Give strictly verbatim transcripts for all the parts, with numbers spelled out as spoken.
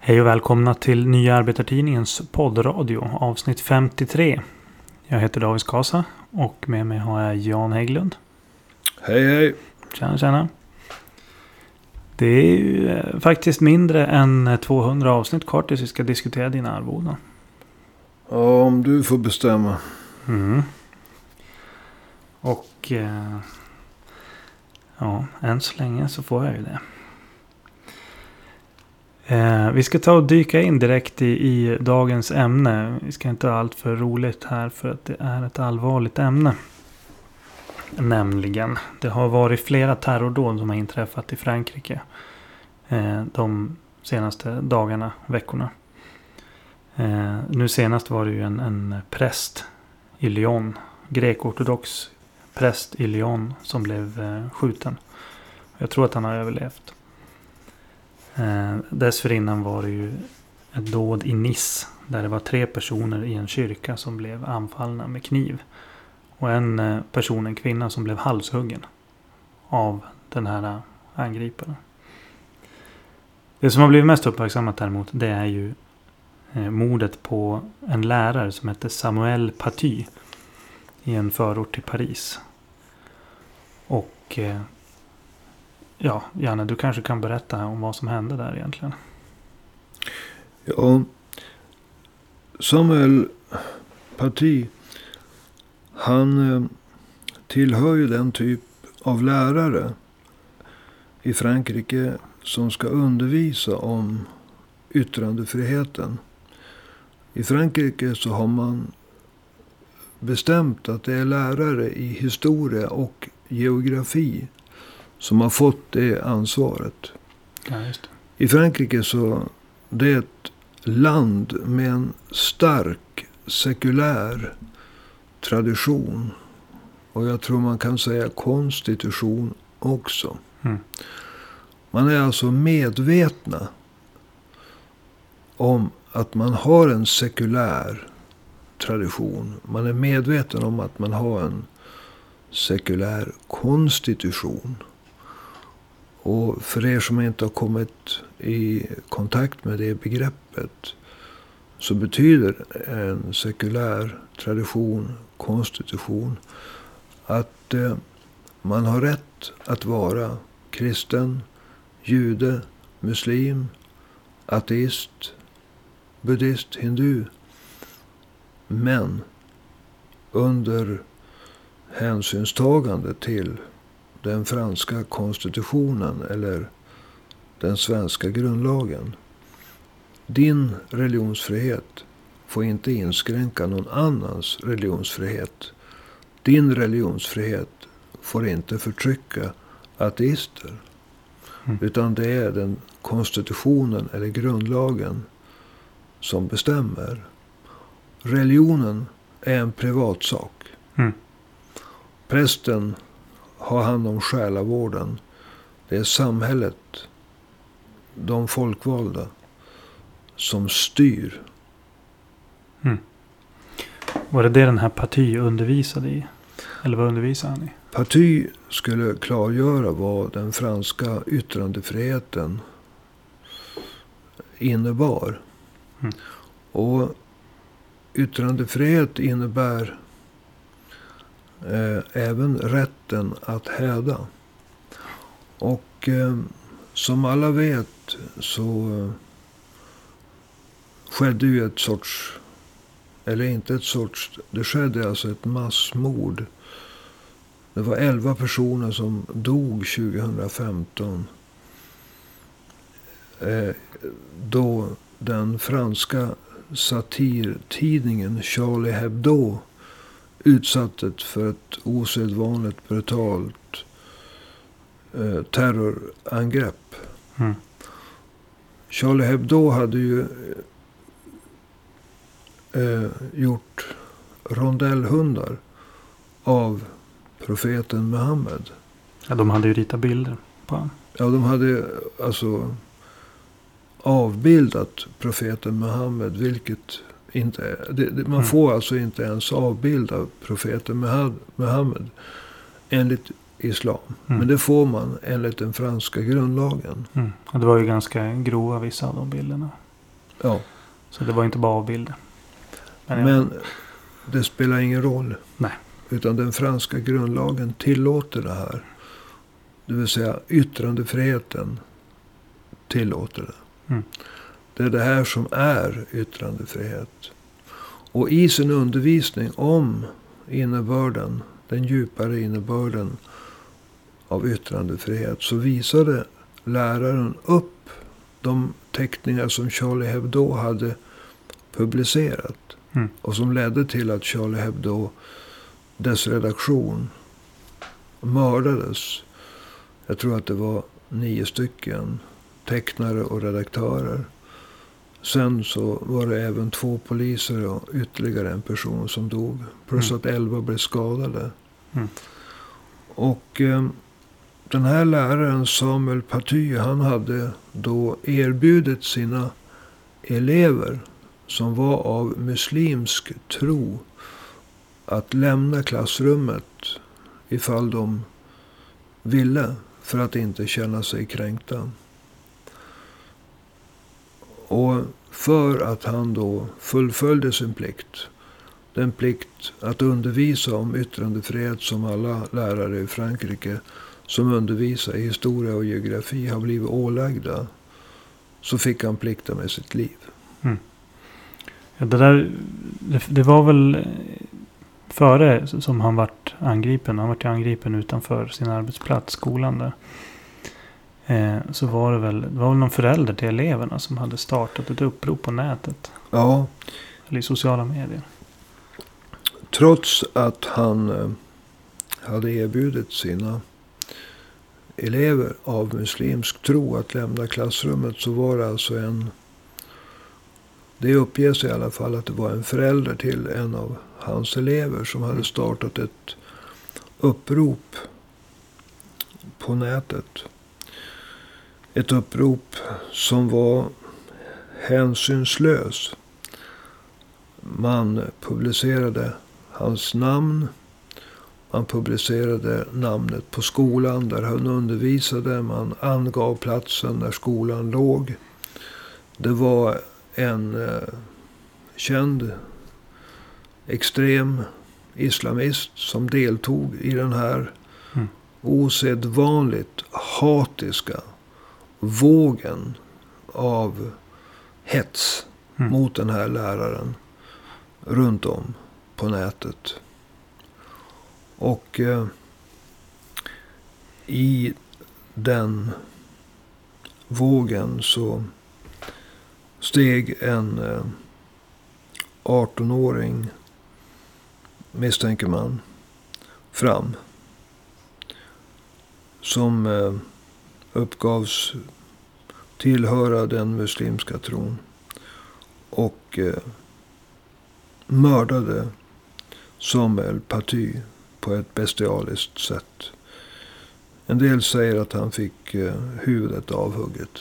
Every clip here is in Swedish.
Hej och välkomna till Nya Arbetartidningens poddradio, avsnitt femtiotre. Jag heter David Skasa och med mig har jag Jan Hägglund. Hej hej. Tjena tjena. Det är ju faktiskt mindre än tvåhundra avsnitt kvar tills vi ska diskutera dina arvoden. Ja, om du får bestämma. Mm. Och eh, ja, än så länge så får jag ju det. Eh, vi ska ta och dyka in direkt i, i dagens ämne. Vi ska inte ha allt för roligt här för att det är ett allvarligt ämne. Nämligen, det har varit flera terrordåd som har inträffat i Frankrike eh, de senaste dagarna, veckorna. Eh, nu senast var det ju en, en präst i Lyon, grekortodox präst i Lyon som blev eh, skjuten. Jag tror att han har överlevt. Eh, dessförinnan var det ju ett dåd i Nice där det var tre personer i en kyrka som blev anfallna med kniv. Och en eh, person, en kvinna som blev halshuggen av den här angriparen. Det som har blivit mest uppmärksammat däremot, det är ju eh, mordet på en lärare som hette Samuel Paty i en förort till Paris. Och eh, ja, Janne, du kanske kan berätta om vad som hände där egentligen. Ja, Samuel Paty, han eh, tillhör ju den typ av lärare i Frankrike som ska undervisa om yttrandefriheten. I Frankrike så har man bestämt att det är lärare i historia och geografi som har fått det ansvaret. Ja, just det. I Frankrike så det är ett land med en stark sekulär tradition. Och jag tror man kan säga konstitution också. Mm. Man är alltså medvetna om att man har en sekulär tradition. Man är medveten om att man har en sekulär konstitution. Och för er som inte har kommit i kontakt med det begreppet så betyder en sekulär tradition, konstitution, att eh, man har rätt att vara kristen, jude, muslim, ateist, buddhist, hindu. Men under hänsynstagande till den franska konstitutionen eller den svenska grundlagen. Din religionsfrihet får inte inskränka någon annans religionsfrihet. Din religionsfrihet får inte förtrycka ateister. Mm. Utan det är den konstitutionen eller grundlagen som bestämmer. Religionen är en privatsak. Mm. Prästen har hand om själavården. Det är samhället, de folkvalda, som styr. Mm. Var det det den här Paty undervisade i? Eller vad undervisade han i? Paty skulle klargöra vad den franska yttrandefriheten innebar. Mm. Och yttrandefrihet innebär Eh, även rätten att häda. Och eh, som alla vet så eh, skedde ju ett sorts, eller inte ett sorts, det skedde alltså ett massmord. Det var elva personer som dog tjugohundrafemton. Eh, då den franska satirtidningen Charlie Hebdo utsattes för ett osedvanligt brutalt eh, terrorangrepp. Mm. Charlie Hebdo hade ju eh, gjort rondellhundar av profeten Muhammed. Ja, de hade ju ritat bilder på honom. Ja, de hade alltså avbildat profeten Muhammed, vilket inte, det, det, man mm. får alltså inte ens avbilda profeten Muhammed enligt islam. Mm. Men det får man enligt den franska grundlagen. Mm. Och det var ju ganska grova vissa av de bilderna. Ja. Så det var inte bara avbilder. Men, Men det spelar ingen roll. Nej. Utan den franska grundlagen tillåter det här. Det vill säga yttrandefriheten tillåter det. Mm. Det är det här som är yttrandefrihet. Och i sin undervisning om innebörden, den djupare innebörden av yttrandefrihet, så visade läraren upp de teckningar som Charlie Hebdo hade publicerat. Mm. Och som ledde till att Charlie Hebdo, dess redaktion, mördades. Jag tror att det var nio stycken tecknare och redaktörer. Sen så var det även två poliser och ytterligare en person som dog. Plus Mm. att elva blev skadade. Mm. Och eh, den här läraren, Samuel Paty, han hade då erbjudit sina elever som var av muslimsk tro att lämna klassrummet ifall de ville, för att inte känna sig kränkta. Och för att han då fullföljde sin plikt, den plikt att undervisa om yttrandefrihet som alla lärare i Frankrike som undervisar i historia och geografi har blivit ålagda, så fick han plikta med sitt liv. Mm. Ja, det där, det, det var väl före som han vart angripen. Han vart angripen utanför sin arbetsplats, skolan där. Eh, så var det väl, det var väl någon förälder till eleverna som hade startat ett upprop på nätet. Ja. Eller i sociala medier. Trots att han eh, hade erbjudit sina elever av muslimsk tro att lämna klassrummet, så var det alltså en... Det uppges i alla fall att det var en förälder till en av hans elever som hade startat ett upprop på nätet. Ett upprop som var hänsynslös. Man publicerade hans namn. Man publicerade namnet på skolan där han undervisade. Man angav platsen där skolan låg. Det var en eh, känd extrem islamist som deltog i den här mm. osedvanligt hatiska vågen av hets mm. mot den här läraren runt om på nätet. Och eh, i den vågen så steg en eh, arton-åring, misstänker man, fram. Som eh, uppgavs tillhöra den muslimska tron. Och eh, mördade Samuel Paty på ett bestialiskt sätt. En del säger att han fick eh, huvudet avhugget.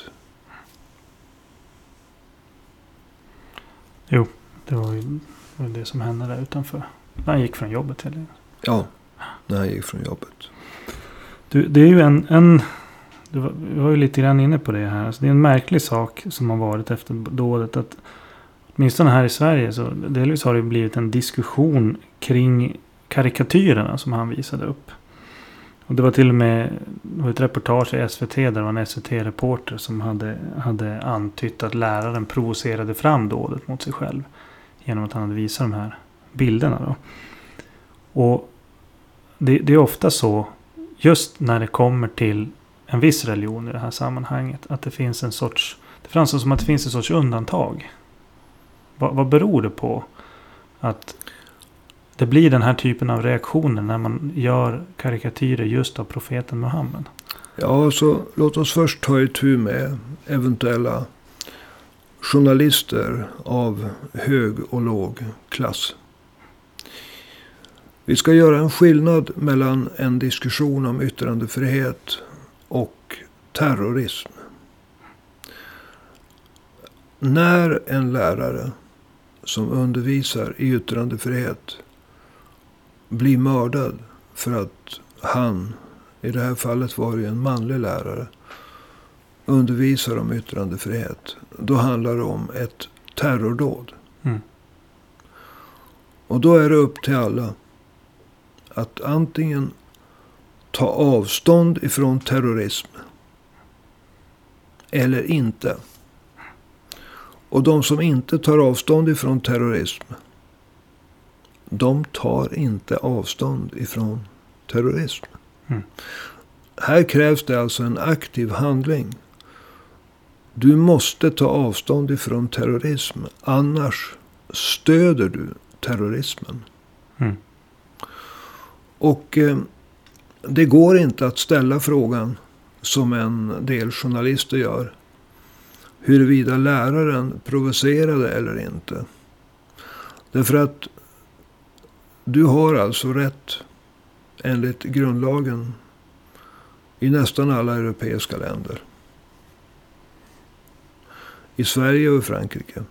Jo, det var ju det som hände där utanför. När han gick från jobbet. Eller? Ja, när han gick från jobbet. Du, det är ju en... en du var, vi var ju lite grann inne på det här. Alltså det är en märklig sak som har varit efter dådet. Att åtminstone här i Sverige så delvis har det blivit en diskussion kring karikatyrerna som han visade upp. Och det var till och med det var ett reportage i S V T där det var en S V T-reporter som hade, hade antytt att läraren provocerade fram dådet mot sig själv. Genom att han hade visat de här bilderna då. Och det, det är ofta så, just när det kommer till en viss religion i det här sammanhanget, att det finns en sorts, det framstår som att det finns en sorts undantag. Vad, vad beror det på att det blir den här typen av reaktioner när man gör karikatyrer just av profeten Muhammed? Ja, så låt oss först ta itu med eventuella journalister av hög och låg klass. Vi ska göra en skillnad mellan en diskussion om yttrandefrihet och terrorism. När en lärare som undervisar i yttrandefrihet blir mördad för att han, i det här fallet var det en manlig lärare, undervisar om yttrandefrihet, då handlar det om ett terrordåd. Mm. Och då är det upp till alla att antingen ta avstånd ifrån terrorism eller inte. Och de som inte tar avstånd ifrån terrorism, de tar inte avstånd ifrån terrorism. Mm. Här krävs det alltså en aktiv handling. Du måste ta avstånd ifrån terrorism. Annars stöder du terrorismen. Mm. Och eh, det går inte att ställa frågan som en del journalister gör. Huruvida läraren provocerade eller inte. Därför att du har alltså rätt enligt grundlagen i nästan alla europeiska länder. I Sverige och i Frankrike.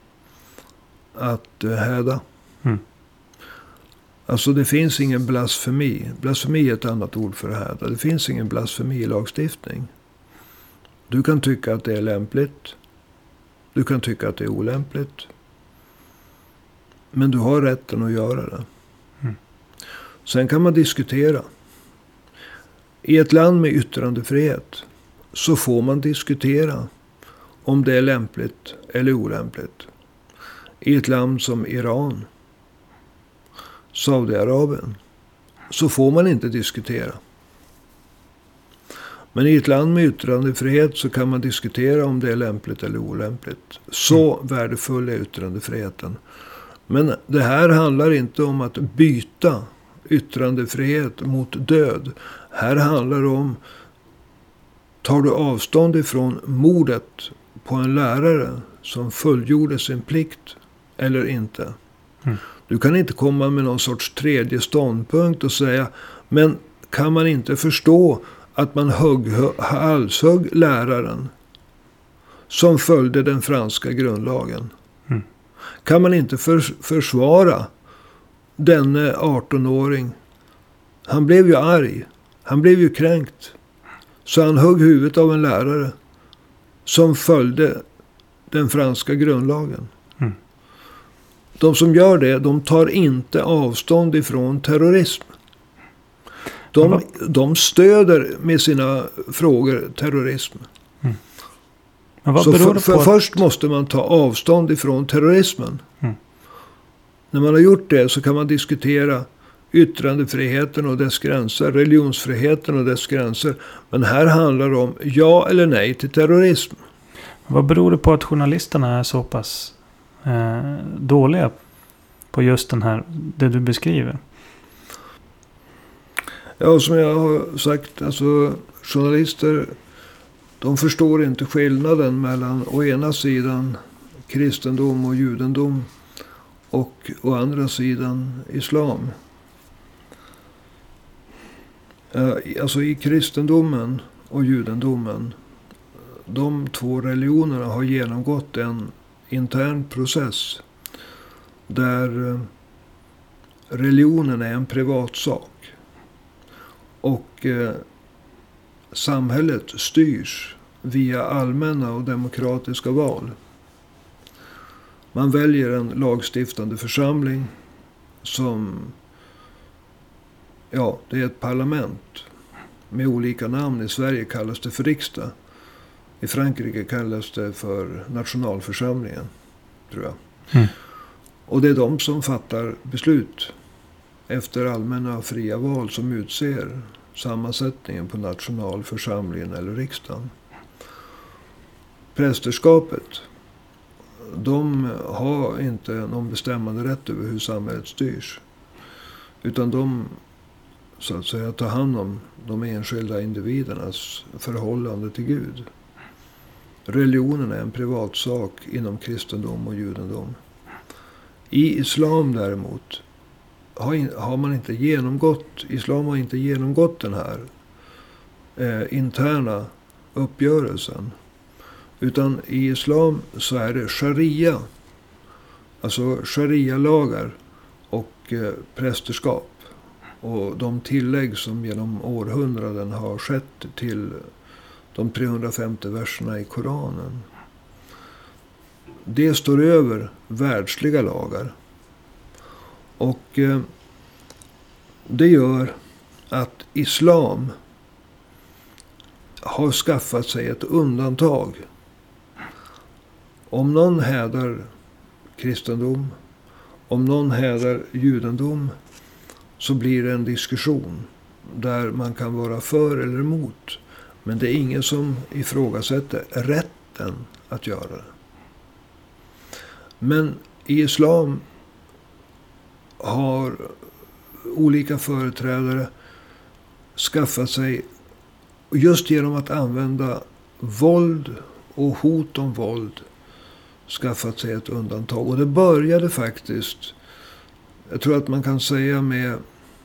Att uh, häda. Mm. Alltså det finns ingen blasfemi. Blasfemi är ett annat ord för häda. Det finns ingen blasfemilagstiftning. Du kan tycka att det är lämpligt. Du kan tycka att det är olämpligt. Men du har rätten att göra det. Mm. Sen kan man diskutera. I ett land med yttrandefrihet så får man diskutera om det är lämpligt eller olämpligt. I ett land som Iran, Saudiarabien, så får man inte diskutera. Men i ett land med yttrandefrihet så kan man diskutera om det är lämpligt eller olämpligt. Så mm. värdefull är yttrandefriheten. Men det här handlar inte om att byta yttrandefrihet mot död. Här handlar det om, tar du avstånd ifrån mordet på en lärare som fullgjorde sin plikt eller inte? Mm. Du kan inte komma med någon sorts tredje ståndpunkt och säga, men kan man inte förstå att man högg, halshögg läraren som följde den franska grundlagen? Mm. Kan man inte för, försvara denne artonåring? Han blev ju arg. Han blev ju kränkt. Så han högg huvudet av en lärare som följde den franska grundlagen. Mm. De som gör det, de tar inte avstånd ifrån terrorism. De, de stöder med sina frågor terrorism. Mm. Men vad så beror för, det på för att... först måste man ta avstånd ifrån terrorismen. Mm. När man har gjort det så kan man diskutera yttrandefriheten och dess gränser, religionsfriheten och dess gränser. Men här handlar det om ja eller nej till terrorism. Vad beror det på att journalisterna är så pass eh, dåliga på just den här, det du beskriver? Ja, som jag har sagt, alltså journalister, de förstår inte skillnaden mellan å ena sidan kristendom och judendom och å andra sidan islam. Alltså i kristendomen och judendomen, de två religionerna har genomgått en intern process där religionen är en privatsak och eh, samhället styrs via allmänna och demokratiska val. Man väljer en lagstiftande församling som, ja, det är ett parlament med olika namn. I Sverige kallas det för riksdag. I Frankrike kallas det för nationalförsamlingen, tror jag. Mm. Och det är de som fattar beslut efter allmänna och fria val som utser sammansättningen på nationalförsamlingen eller riksdagen. Prästerskapet, de har inte någon bestämmande rätt över hur samhället styrs. Utan de, så att säga, tar hand om de enskilda individernas förhållande till Gud. Religionen är en privatsak inom kristendom och judendom. I islam däremot har, in, har man inte genomgått, islam har inte genomgått den här eh, interna uppgörelsen. Utan i islam så är det sharia, alltså sharia-lagar och eh, prästerskap. Och de tillägg som genom århundraden har skett till, de trehundrafemtio verserna i Koranen. Det står över världsliga lagar. Och eh, det gör att islam har skaffat sig ett undantag. Om någon hädar kristendom, om någon hädar judendom, så blir det en diskussion där man kan vara för eller emot. Men det är ingen som ifrågasätter rätten att göra det. Men i islam har olika företrädare skaffat sig, just genom att använda våld och hot om våld, skaffat sig ett undantag. Och det började faktiskt, jag tror att man kan säga, med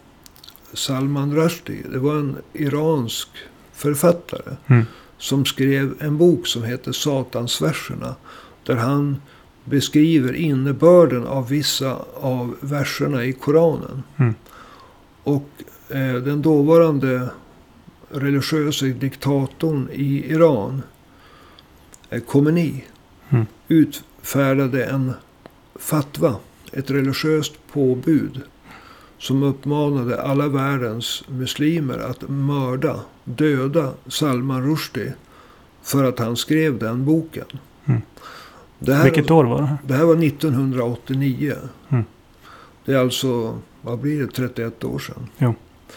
Salman Rushdie. Det var en iransk författare mm. som skrev en bok som heter Satansverserna, där han beskriver innebörden av vissa av verserna i Koranen. Mm. Och eh, den dåvarande religiösa diktatorn i Iran, eh, Khomeini, mm. utfärdade en fatwa, ett religiöst påbud, som uppmanade alla världens muslimer att mörda, döda Salman Rushdie för att han skrev den boken. Mm. Det här, Vilket år var det? Det här var nittonhundraåttionio. Mm. Det är alltså, vad blir det, trettioett år sedan. Jo.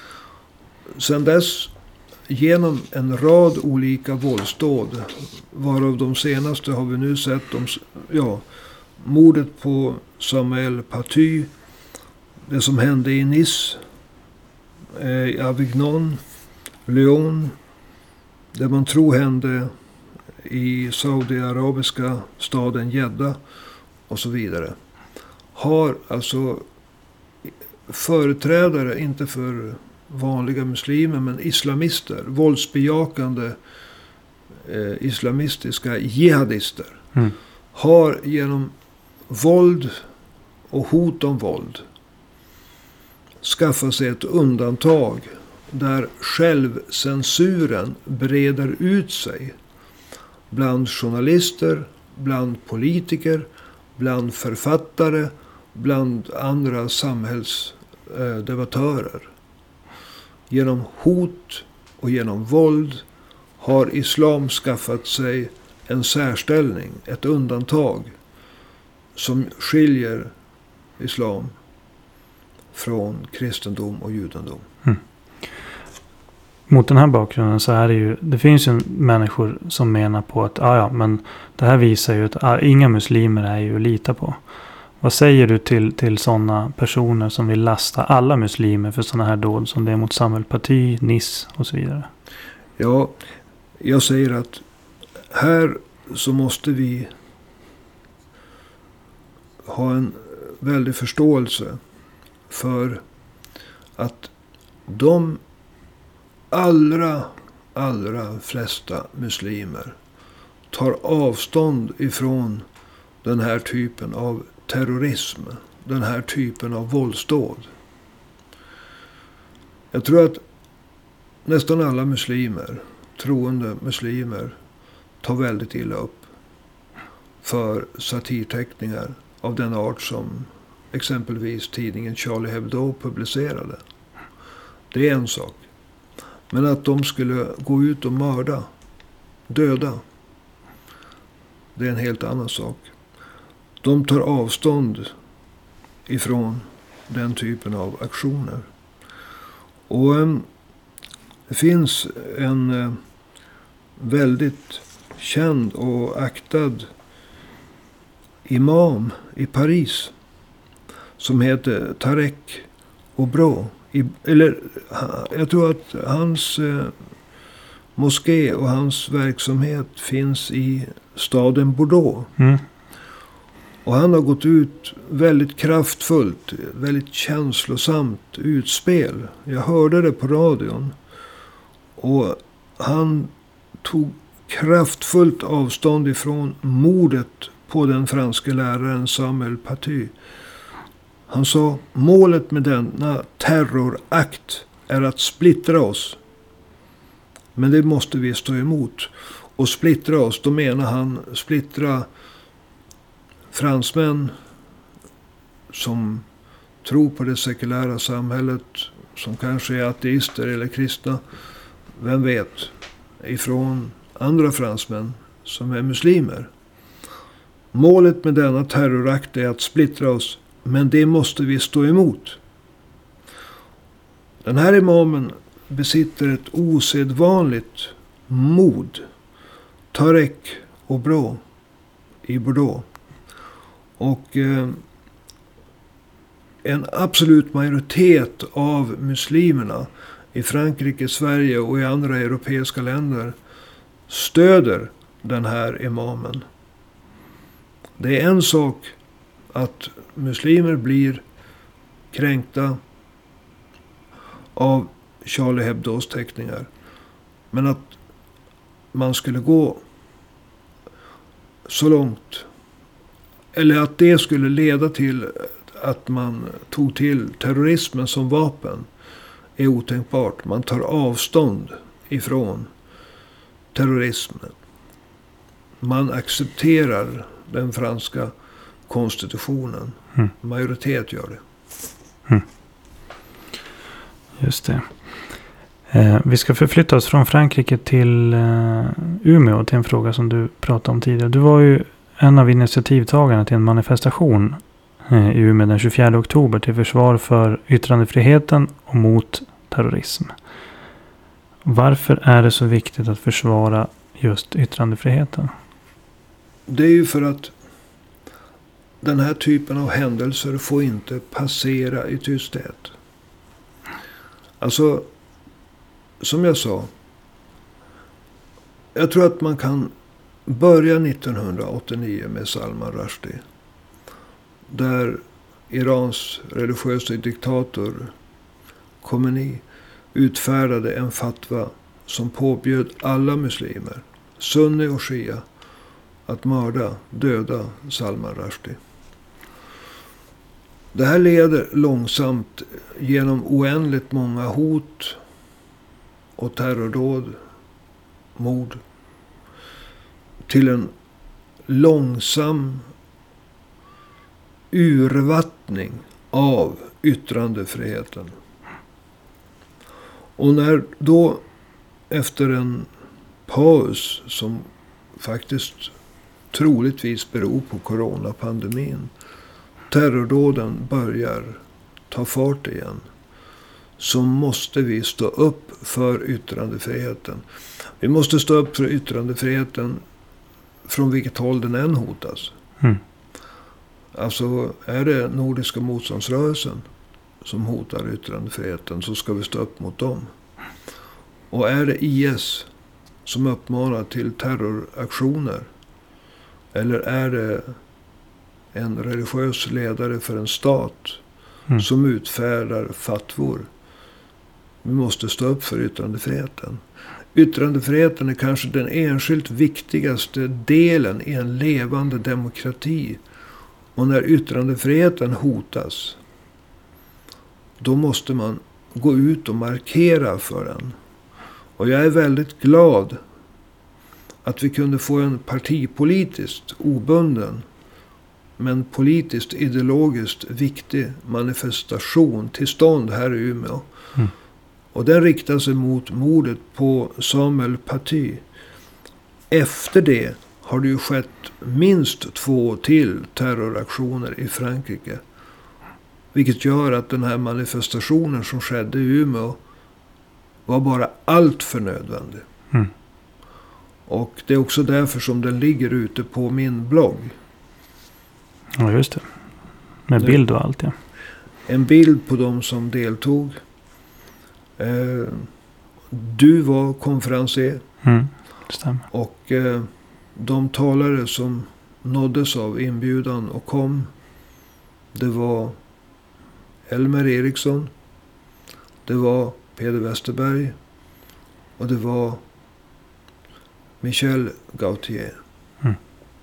Sen dess, genom en rad olika våldsdåd, varav de senaste har vi nu sett, om, ja, mordet på Samuel Paty, det som hände i Nice, eh, Avignon, Lyon, det man tror hände i saudiarabiska staden Jeddah och så vidare, har alltså företrädare, inte för vanliga muslimer, men islamister, våldsbejakande eh, islamistiska jihadister, mm. har genom våld och hot om våld skaffat sig ett undantag där självcensuren breder ut sig bland journalister, bland politiker, bland författare, bland andra samhällsdebattörer. Genom hot och genom våld har islam skaffat sig en särställning, ett undantag som skiljer islam från kristendom och judendom. Mm. Mot den här bakgrunden så är det ju, det finns ju människor som menar på att ah ja, men det här visar ju att ah, inga muslimer är ju att lita på. Vad säger du till, till sådana personer som vill lasta alla muslimer för sådana här dåd som det är mot Samuel Paty, Nice och så vidare? Ja, jag säger att här så måste vi ha en väldig förståelse för att de allra, allra flesta muslimer tar avstånd ifrån den här typen av terrorism, den här typen av våldsdåd. Jag tror att nästan alla muslimer, troende muslimer, tar väldigt illa upp för satirteckningar av den art som exempelvis tidningen Charlie Hebdo publicerade. Det är en sak. Men att de skulle gå ut och mörda, döda, det är en helt annan sak. De tar avstånd ifrån den typen av aktioner. Och eh, det finns en eh, väldigt känd och aktad imam i Paris som heter Tarek Obro. I, eller jag tror att hans eh, moské och hans verksamhet finns i staden Bordeaux. Mm. Och han har gått ut väldigt kraftfullt, väldigt känslosamt utspel. Jag hörde det på radion. Och han tog kraftfullt avstånd ifrån mordet på den franska läraren Samuel Paty. Han sa, målet med denna terrorakt är att splittra oss. Men det måste vi stå emot. Och splittra oss, då menar han splittra fransmän som tror på det sekulära samhället, som kanske är ateister eller kristna, vem vet, ifrån andra fransmän som är muslimer. Målet med denna terrorakt är att splittra oss, men det måste vi stå emot. Den här imamen besitter ett osedvanligt mod. Tarek och Bro i Bordeaux. Och eh, en absolut majoritet av muslimerna i Frankrike, Sverige och i andra europeiska länder stöder den här imamen. Det är en sak att muslimer blir kränkta av Charlie Hebdos teckningar. Men att man skulle gå så långt, eller att det skulle leda till att man tog till terrorismen som vapen, är otänkbart. Man tar avstånd ifrån terrorismen. Man accepterar den franska konstitutionen. Mm. Majoritet gör det. Mm. Just det. Eh, vi ska förflytta oss från Frankrike till eh, Umeå, till en fråga som du pratade om tidigare. Du var ju en av initiativtagarna till en manifestation eh, i Umeå den tjugofjärde oktober till försvar för yttrandefriheten och mot terrorism. Varför är det så viktigt att försvara just yttrandefriheten? Det är ju för att den här typen av händelser får inte passera i tysthet. Alltså, som jag sa, jag tror att man kan börja nittonhundraåttionio med Salman Rushdie. Där Irans religiösa diktator Khomeini utfärdade en fatwa som påbjöd alla muslimer, sunni och shia, att mörda, döda Salman Rushdie. Det här leder långsamt genom oändligt många hot och terrordåd, mord, till en långsam urvattning av yttrandefriheten. Och när då efter en paus som faktiskt troligtvis beror på coronapandemin, terrordåden börjar ta fart igen, så måste vi stå upp för yttrandefriheten. Vi måste stå upp för yttrandefriheten från vilket håll den än hotas. Mm. Alltså, är det Nordiska motståndsrörelsen som hotar yttrandefriheten, så ska vi stå upp mot dem. Och är det I S som uppmanar till terroraktioner, eller är det en religiös ledare för en stat mm. som utfärdar fatvor, vi måste stå upp för yttrandefriheten. Yttrandefriheten är kanske den enskilt viktigaste delen i en levande demokrati. Och när yttrandefriheten hotas, då måste man gå ut och markera för den. Och jag är väldigt glad att vi kunde få en partipolitiskt obunden, men politiskt ideologiskt viktig manifestation till stånd här i Umeå. Mm. Och den riktar sig mot mordet på Samuel Paty. Efter det har det ju skett minst två till terroraktioner i Frankrike. Vilket gör att den här manifestationen som skedde i Umeå var bara allt för nödvändig. Mm. Och det är också därför som den ligger ute på min blogg. Ja, just det. Med det, bild och allt, ja. En bild på de som deltog. Eh, du var konferencier. Mm, det stämmer. Och eh, de talare som nåddes av inbjudan och kom, det var Elmer Eriksson, det var Peder Westerberg och det var Michel Gauthier. Mm.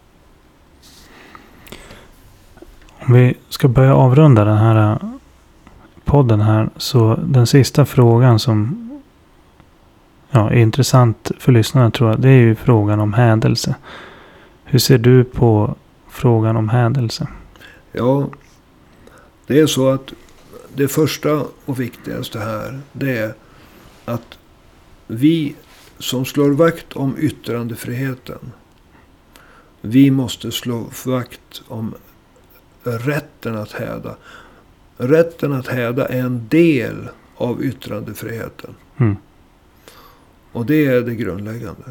Om vi ska börja avrunda den här podden här, så den sista frågan som ja, är intressant för lyssnarna tror jag. Det är ju frågan om hädelse. Hur ser du på frågan om hädelse? Ja, det är så att det första och viktigaste här, det är att vi som slår vakt om yttrandefriheten, vi måste slå vakt om rätten att häda. Rätten att häda är en del av yttrandefriheten. Mm. Och det är det grundläggande.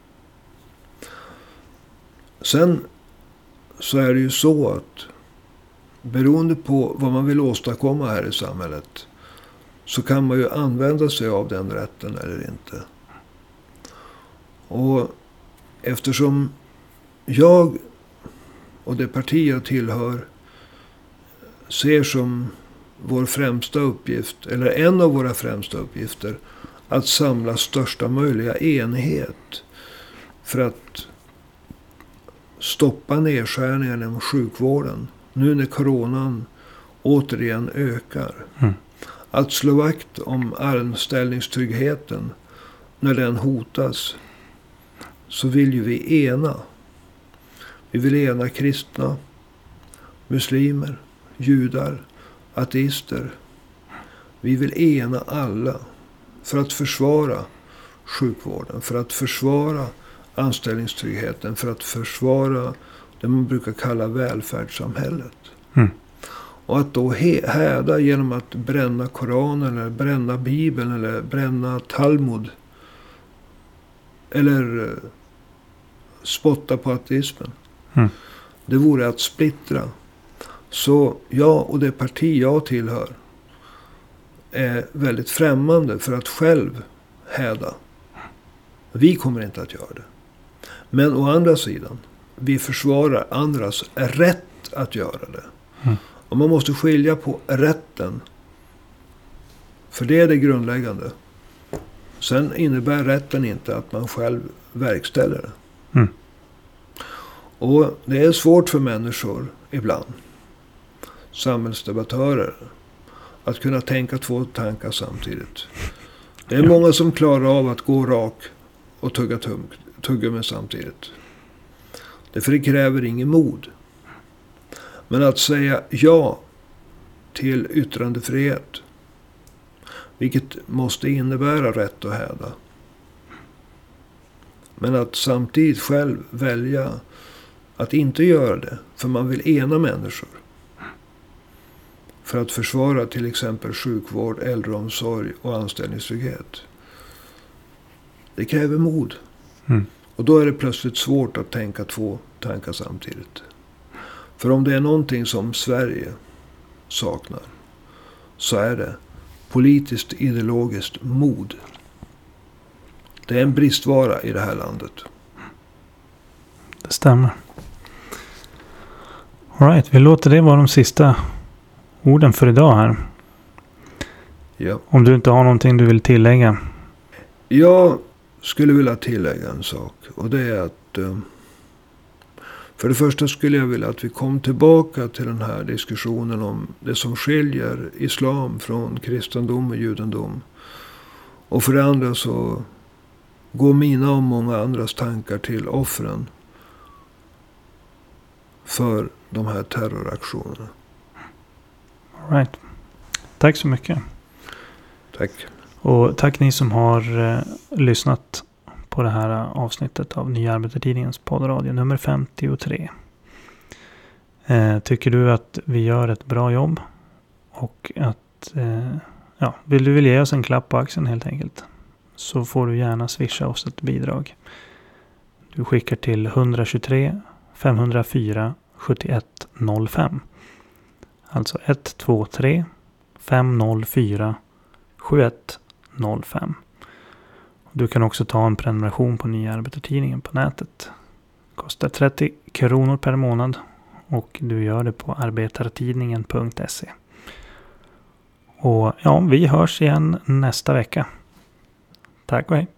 Sen så är det ju så att beroende på vad man vill åstadkomma här i samhället, så kan man ju använda sig av den rätten eller inte. Och eftersom jag och det parti jag tillhör ser som vår främsta uppgift, eller en av våra främsta uppgifter, att samla största möjliga enhet för att stoppa nedskärningen inom sjukvården nu när coronan återigen ökar. Mm. Att slå vakt om anställningstryggheten när den hotas, så vill ju vi ena. Vi vill ena kristna, muslimer, judar, ateister. Vi vill ena alla för att försvara sjukvården, för att försvara anställningstryggheten, för att försvara det man brukar kalla välfärdssamhället. Mm. Och att då häda genom att bränna Koranen eller bränna Bibeln eller bränna Talmud eller spotta på ateismen. Mm. Det vore att splittra. Så jag och det parti jag tillhör är väldigt främmande för att själv häda. Vi kommer inte att göra det. Men å andra sidan, vi försvarar andras rätt att göra det. Mm. Och man måste skilja på rätten. För det är det grundläggande. Sen innebär rätten inte att man själv verkställer det. Mm. Och det är svårt för människor ibland, samhällsdebattörer, att kunna tänka två tankar samtidigt. Det är Ja. många som klarar av att gå rak och tugga, tugg, tugga med samtidigt. Därför det kräver ingen mod. Men att säga ja till yttrandefrihet, vilket måste innebära rätt att häda. Men att samtidigt själv välja att inte göra det, för man vill ena människor. För att försvara till exempel sjukvård, äldreomsorg och anställningstrygghet. Det kräver mod. Mm. Och då är det plötsligt svårt att tänka två tankar samtidigt. För om det är någonting som Sverige saknar, så är det politiskt ideologiskt mod. Det är en bristvara i det här landet. Det stämmer. All right, vi låter det vara de sista orden för idag här. Ja. Om du inte har någonting du vill tillägga. Jag skulle vilja tillägga en sak. Och det är att eh, för det första skulle jag vilja att vi kom tillbaka till den här diskussionen om det som skiljer islam från kristendom och judendom. Och för det andra så går mina och många andras tankar till offren för de här terroraktionerna. All right. Tack så mycket. Tack. Och tack ni som har eh, lyssnat på det här avsnittet av Nya Arbetartidningens poddradio nummer femtiotre. Eh, tycker du att vi gör ett bra jobb? Och att eh, ja, vill du vilja ge oss en klapp på axeln helt enkelt, så får du gärna swisha oss ett bidrag. Du skickar till ett två tre fem noll fyra sju ett noll fem. Alltså ett två tre fem noll fyra sju ett noll fem. Du kan också ta en prenumeration på Nya Arbetartidningen på nätet. Kostar trettio kronor per månad. Och du gör det på arbetartidningen punkt se. Och ja, vi hörs igen nästa vecka. Tack och hej.